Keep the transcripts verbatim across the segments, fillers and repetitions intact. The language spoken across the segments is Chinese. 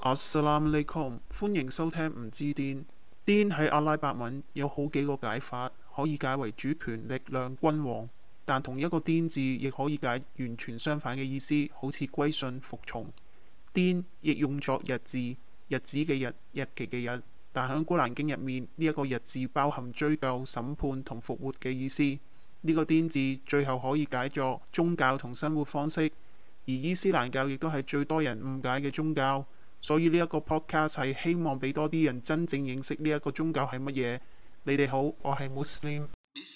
Assalamualaikum，歡迎收聽唔知癲。癲喺阿拉伯文有好幾個解法，可以解為主權、力量、君王，但同一個癲字亦可以解完全相反嘅意思，好似歸順、服從。癲亦用作日字，日子嘅日，日期嘅日，但喺古蘭經入面呢一個日字包含追究、審判同復活嘅意思。呢個癲字最後可以解作宗教同生活方式，而伊斯蘭教亦都係最多人誤解嘅宗教。所以呢一個 podcast 係希望俾多啲人真正認識呢一個宗教係乜嘢。你哋好，我係 Muslim。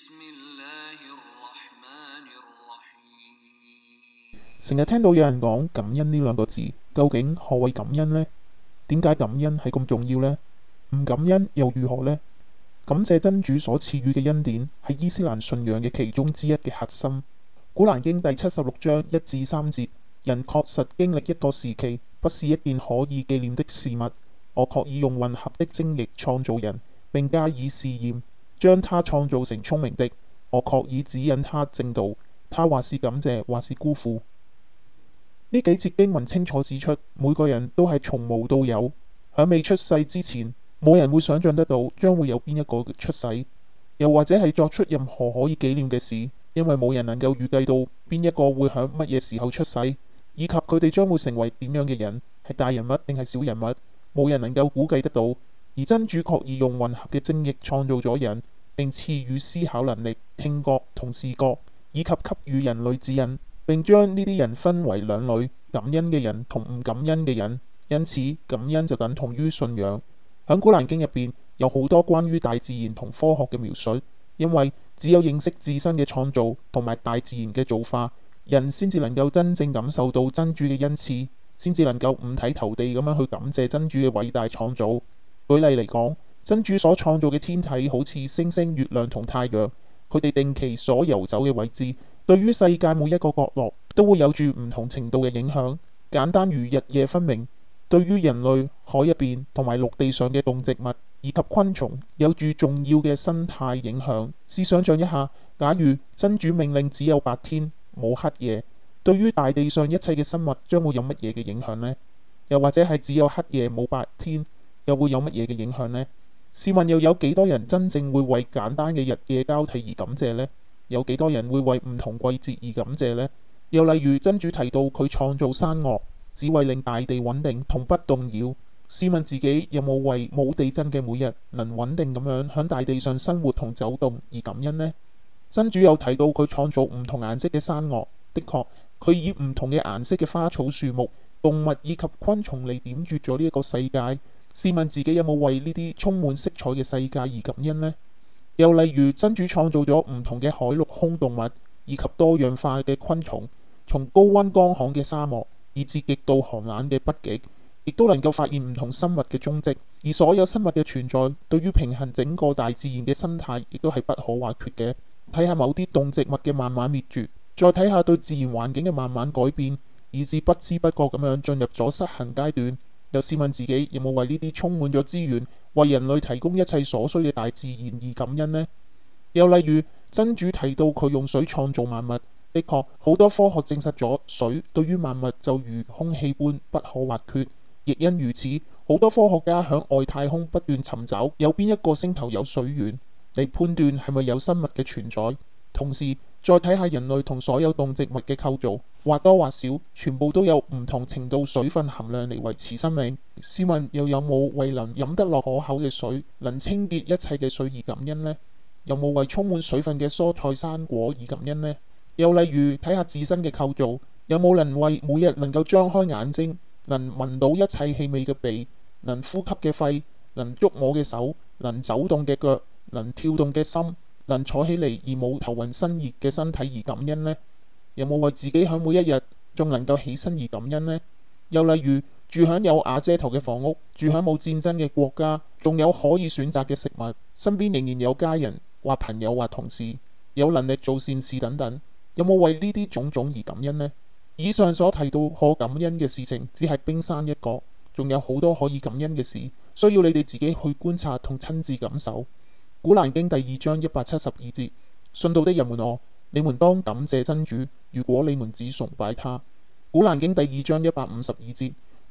成日聽到有人講感恩呢兩個字，究竟何謂感恩呢？點解感恩係咁重要呢？唔感恩又如何呢？感謝真主所賜予嘅恩典係伊斯蘭信仰嘅其中之一嘅核心。古蘭經第七十六章一至三節，人確實經歷一個時期，不是一件可以紀念的事物。我確已用混合的精液創造人，並加以試驗，將他創造成聰明的。我確已指引他正道，他或是感謝，或是辜負。呢幾節經文清楚指出，每個人都係從無到有，喺未出世之前，冇人會想象得到將會有邊一個出世，又或者係作出任何可以紀念嘅事，因為冇人能夠預計到邊一個會喺乜嘢時候出世，以及佢哋將會成為點樣嘅人，係大人物定係小人物，冇人能夠估計得到。而真主確意用混合嘅精液創造咗人，並賜予思考能力、聽覺同視覺，以及給予人類指引，並將呢啲人分為兩類：感恩嘅人同唔感恩嘅人。因此，感恩就等同於信仰。喺古蘭經入邊有好多關於大自然同科學嘅描述，因為只有認識自身嘅創造同埋大自然嘅造化，人先至能夠真正感受到真主嘅恩賜，先至能夠五體投地咁樣去感謝真主嘅偉大創造。舉例嚟講，真主所創造嘅天體好似星星、月亮同太陽，佢哋定期所遊走嘅位置，對於世界每一個角落都會有住唔同程度嘅影響。簡單如日夜分明，對於人類、海入邊同埋陸地上嘅動植物以及昆蟲有住重要嘅生態影響。試想象一下，假如真主命令只有白天冇黑夜，對於大地上一切嘅生物將會有乜嘢嘅影響呢？又或者係只有黑夜冇白天，又會有乜嘢嘅影響呢？試問又有幾多人真正會為簡單嘅日夜交替而感謝呢？有幾多人會為唔同季節而感謝呢？又例如真主提到佢創造山岳，只為令大地穩定同不動搖。試問自己有冇為冇地震嘅每日能穩定咁樣響大地上生活同走動而感恩呢？真主有提到佢創造唔同顏色嘅山岳，的確佢以唔同嘅顏色嘅花草樹木、動物以及昆蟲嚟點綴咗呢一個世界。試問自己有冇為呢啲充滿色彩嘅世界而感恩呢？又例如真主創造咗唔同嘅海陸空動物以及多樣化嘅昆蟲，從高溫乾旱嘅沙漠以至極度寒冷嘅北極，亦都能夠發現唔同生物嘅蹤跡。而所有生物嘅存在，對於平衡整個大自然嘅生態，亦都係不可或缺嘅。睇下某啲動植物嘅慢慢滅絕，再睇下對自然環境嘅慢慢改變，以至不知不覺咁樣進入咗失衡階段。又試問自己有冇為呢啲充滿咗資源、為人類提供一切所需嘅大自然而感恩呢？又例如真主提到佢用水創造萬物，的確好多科學證實咗水對於萬物就如空氣般不可或缺。亦因如此，好多科學家響外太空不斷尋找有邊一個星球有水源，嚟判斷係咪有生物嘅存在。同時再睇下人類同所有動植物嘅構造，或多或少全部都有唔同程度水分含量嚟維持生命。試問又有冇為能飲得落可口嘅水、能清潔一切嘅水而感恩呢？有冇為充滿水分嘅蔬菜生果而感恩呢？又例如睇下自身嘅構造，有冇能為每日能夠張開眼睛、能聞到一切氣味嘅鼻、能呼吸嘅肺、能觸摸嘅手、能走動嘅腳、能跳動嘅心、能坐起嚟而冇頭暈身熱嘅身體而感恩呢？有冇為自己喺每一日仲能夠起身而感恩呢？又例如住響有瓦遮頭嘅房屋，住響冇戰爭嘅國家，仲有可以選擇嘅食物，身邊仍然有家人或朋友或同事，有能力做善事等等，有冇為呢啲種種而感恩呢？以上所提到可感恩嘅事情只係冰山一角，仲有好多可以感恩嘅事，需要你哋自己去觀察同親自感受。古蘭經第二章一百七十二節，信道的人們哦，你們當感謝真主，如果你們只崇拜他。古蘭經第二章一百五十二節，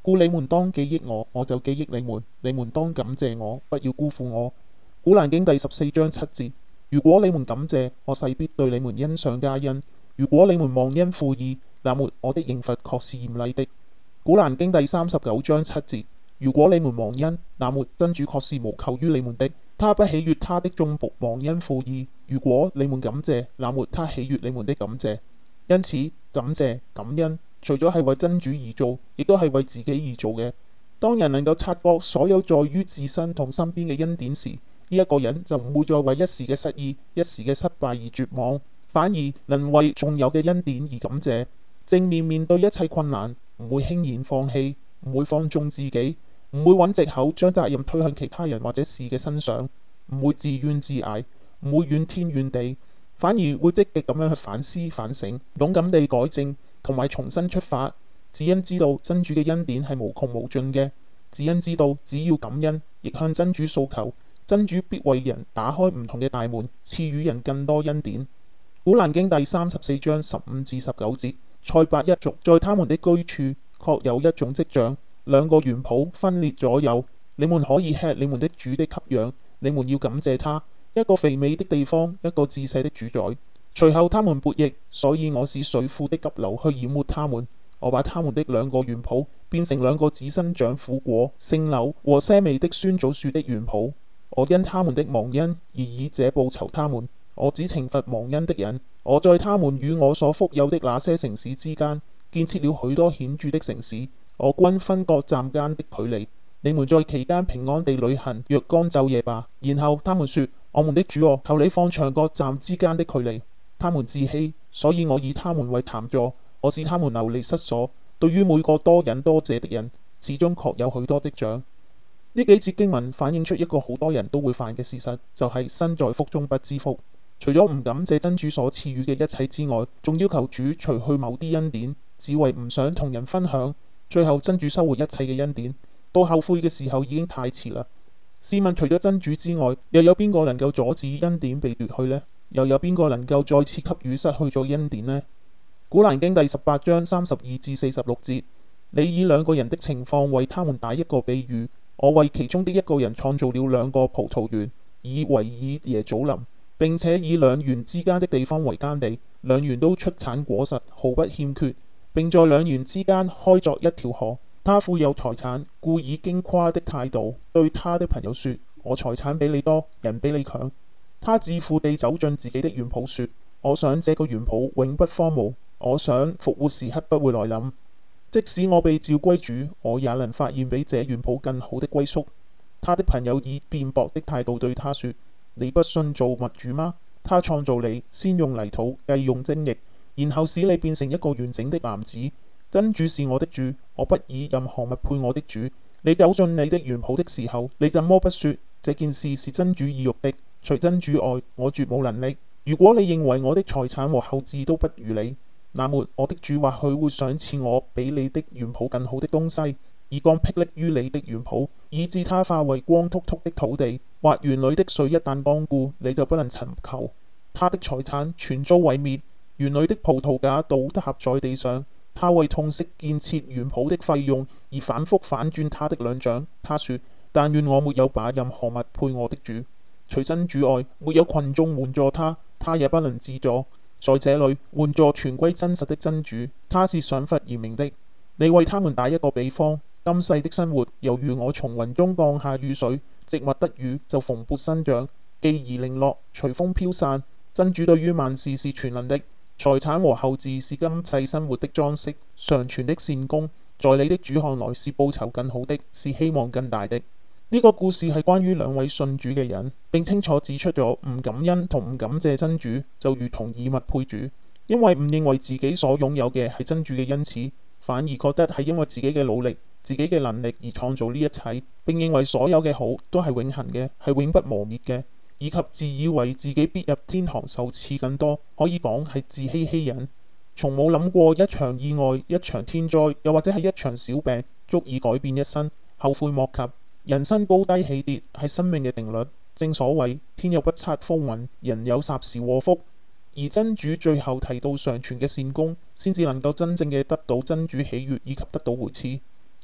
故你們當記憶我，我就記憶你們；你們當感謝我，不要辜負我。古蘭經第十四章七節：如果你們感謝，我勢必對你們恩上加恩；如果你們忘恩負義，那麼我的刑罰確是嚴厲的。古蘭經第三十九章七節：如果你們忘恩，那麼真主確是無求於你們的，他不喜悅他的眾僕忘恩負義；如果你們感謝，那麼他喜悅你們的感謝。因此，感謝感恩除咗係為真主而做，亦都係為自己而做嘅。當人能夠察覺所有在於自身同身邊嘅恩典時，呢一個人就唔會再為一時嘅失意、一時嘅失敗而絕望，反而能為仲有嘅恩典而感謝，正面面對一切困難，唔會輕言放棄，唔會放縱自己，唔會揾藉口將責任推向其他人或者事嘅身上，唔會自怨自艾，唔會怨天怨地，反而會積極咁樣去反思反省，勇敢地改正同埋重新出發。只因知道真主嘅恩典係無窮無盡嘅，只因知道只要感恩，亦向真主訴求，真主必為人打開唔同嘅大門，賜予人更多恩典。古蘭經第三十四章十五至十九節：塞伯一族在他們的居處確有一種跡象，兩個園圃分列左右，你們可以吃你們的主的給養，你們要感謝他，一個肥美的地方，一個自細的主宰。隨後他們悖逆，所以我使水庫的急流去淹沒他們。我把他們的兩個園圃變成兩個只生長苦果、聖柳和些微的酸棗樹的園圃。我因他們的忘恩而以這報酬他們。我只懲罰忘恩的人。我在他們與我所福有的那些城市之間建設了許多顯著的城市，我均分割站間的距離。你們在其間平安地旅行若干晝夜吧。然後他們說：我們的主啊，求你放長各站之間的距離。他們自欺，所以我以他們為談座。我使他們流離失所。對於每個多忍多謝的人，始終確有許多跡象。呢幾節經文反映出一個好多人都會犯嘅事實，就係、是、身在福中不知福。除咗唔感謝真主所賜予嘅一切之外，仲要求主除去某啲恩典，只為唔想同人分享。最後真主收回一切嘅恩典，到後悔嘅時候已經太遲啦。試問除咗真主之外，又有邊個能夠阻止恩典被奪去呢？又有邊個能夠再次給予失去咗恩典呢？古蘭經第十八章三十二至四十六節：你以兩個人的情況為他們打一個比喻，我為其中的一個人創造了兩個葡萄園，以維爾耶祖林，並且以兩園之間的地方為耕地，兩園都出產果實，毫不欠缺，並在兩園之間開鑿一條河。他富有財產，故以矜誇的態度對他的朋友說：我財產比你多，人比你強。他自負地走進自己的園圃說：我想這個園圃永不荒蕪，我想復活時刻不會來臨。即使我被召歸主，我也能發現比這園圃更好的歸宿。他的朋友以辯駁的態度對他說：你不信造物主嗎？他創造你，先用泥土，繼用精液，然後使你變成一個完整的男子。真主是我的主，我不以任何物配我的主。你走進你的園圃的時候，你怎麼不說這件事是真主意欲的？除真主外，我絕無能力。如果你認為我的財產和後嗣都不如你，那麼我的主或許會賞賜我比你的園圃更好的東西，以降霹靂於你的園圃，以致它化為光禿禿的土地，或園裏的水一旦乾枯，你就不能尋求。他的財產全遭毀滅，園裏的葡萄架倒塌在地上。他為痛惜建設園圃的費用而反覆反轉他的兩掌。他說：但願我沒有把任何物配我的主。除真主外，沒有群眾援助他，他也不能自助。在這裏，援助全歸真實的真主，他是賞罰嚴明的。你為他們打一個比方，今世的生活猶如我從雲中降下雨水，植物得雨就蓬勃生長，繼而零落，隨風飄散。真主對於萬事是全能的。財產和後嗣是今世生活的裝飾，常存的善功，在你的主看來是報酬更好的，是希望更大的。呢個故事係關於兩位信主嘅人，並清楚指出咗唔感恩同唔感謝真主就如同以物配主，因為唔認為自己所擁有嘅係真主嘅恩賜，反而覺得係因為自己嘅努力、自己嘅能力而創造呢一切，並認為所有嘅好都係永恆嘅，係永不磨滅嘅，以及自以為自己必入天堂受賜更多，可以講係自欺欺人，從冇諗過一場意外、一場天災，又或者係一場小病，足以改變一生，後悔莫及。人生高低起跌係生命嘅定律，正所謂天有不測風雲，人有霎時禍福。而真主最後提到常存嘅善功，先至能夠真正嘅得到真主喜悅以及得到回賜。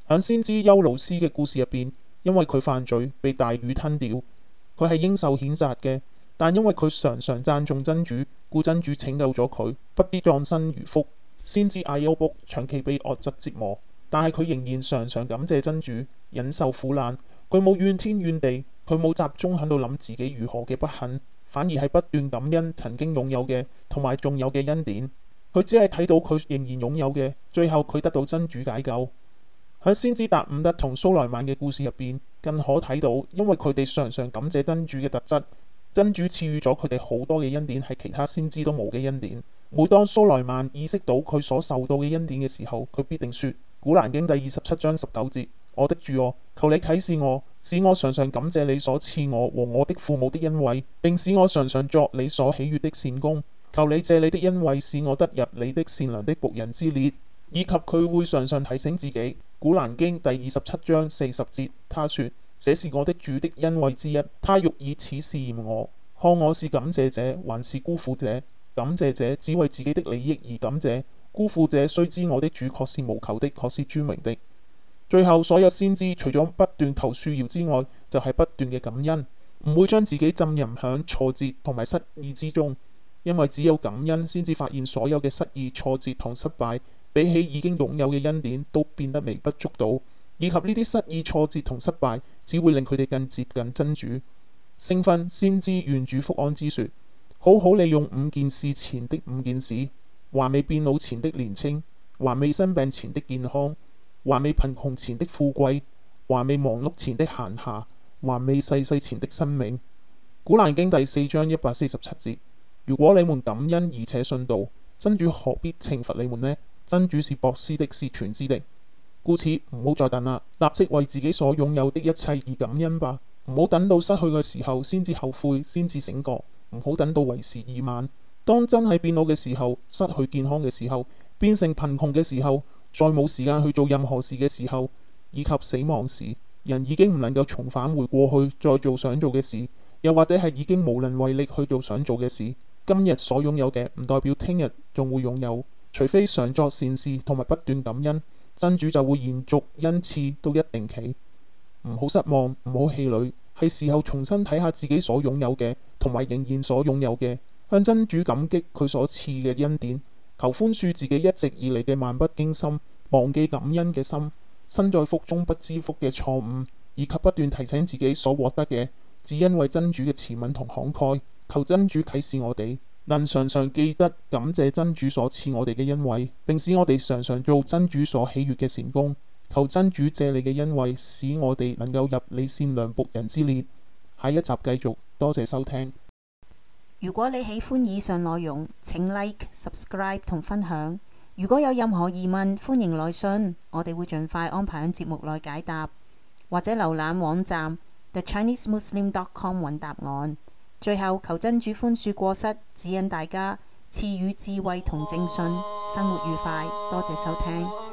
響先知優魯斯嘅故事入邊，因為佢犯罪被大魚吞掉，佢係應受譴責嘅。但因為佢常常讚頌真主，故真主拯救咗佢，不必葬身魚腹。先知亞優卜長期被惡疾折磨，但係佢仍然常常感謝真主，忍受苦難。佢冇怨天怨地，佢冇集中喺度諗自己如何嘅不幸，反而係不斷感恩曾經擁有嘅同埋仲有嘅恩典。佢只係睇到佢仍然擁有嘅，最後佢得到真主解救。喺先知達伍德同蘇萊曼嘅故事入邊，更可睇到，因為佢哋常常感謝真主嘅特質，真主賜予咗佢哋好多嘅恩典，係其他先知都冇嘅恩典。每當蘇萊曼意識到佢所受到嘅恩典嘅時候，佢必定說：古蘭經第二十七章十九節，我的主啊，求你啟示我，使我常常感謝你所賜我和我的父母的恩惠，並使我常常作你所喜悅的善功。求你借你的恩惠，使我得入你的善良的僕人之列。以及佢會常常提醒自己，古蘭經第二十七章四十節，他說：這是我的主的恩惠之一，他欲以此試驗我，看我是感謝者還是辜負者。感謝者只為自己的利益而感謝，辜負者須知我的主確是無求的，確是尊榮的。最後，所有先知除咗不斷投樹謠之外，就係、是、不斷嘅感恩，唔會將自己浸淫響挫折同埋失意之中，因為只有感恩先至發現所有嘅失意、挫折同失敗，比起已經擁有嘅恩典都變得微不足道，以及呢啲失意、挫折同失敗只會令佢哋更接近真主。聖訓先知願主福安之說：好好利用五件事前的五件事，還未變老前的年青，還未生病前的健康，還未貧窮前的富貴，還未忙碌前的閒暇，還未逝世前的生命。古蘭經第四章一百四十七節：如果你們感恩而且信道，真主何必懲罰你們呢？真主是博施的，是全知的。故此唔好再等啦，立即為自己所擁有的一切而感恩吧。唔好等到失去嘅時候先至後悔，先至醒覺。唔好等到為時已晚。當真係變老嘅時候，失去健康嘅時候，變成貧窮嘅時候，再冇時間去做任何事嘅時候，以及死亡時，人已經唔能夠重返回過去再做想做嘅事，又或者係已經無能為力去做想做嘅事。今日所擁有嘅唔代表聽日仲會擁有，除非常作善事同埋不斷感恩，真主就會延續恩賜到一定期。唔好失望，唔好氣餒，係時候重新睇下自己所擁有嘅同埋仍然所擁有嘅，向真主感激佢所賜嘅恩典，求寬恕自己一直以嚟嘅漫不經心、忘記感恩嘅心，身在福中不知福嘅錯誤，以及不斷提醒自己所獲得嘅，只因為真主嘅慈憫同慷慨。求真主啟示我哋，能常常記得感謝真主所賜我哋嘅恩惠，並使我哋常常做真主所喜悅嘅善功。求真主借你嘅恩惠，使我哋能夠入你善良僕人之列。下一集繼續，多謝收聽。 如果你喜歡以上內容，請 Like、Subscribe 同分享。如果有任何疑問，歡迎來信，我哋會盡快安排喺節目內解答，或者瀏覽網站 the chinese muslim dot com 揾答案。最後，求真主寬恕過失，指引大家，賜予智慧同正信，生活愉快。多謝收聽。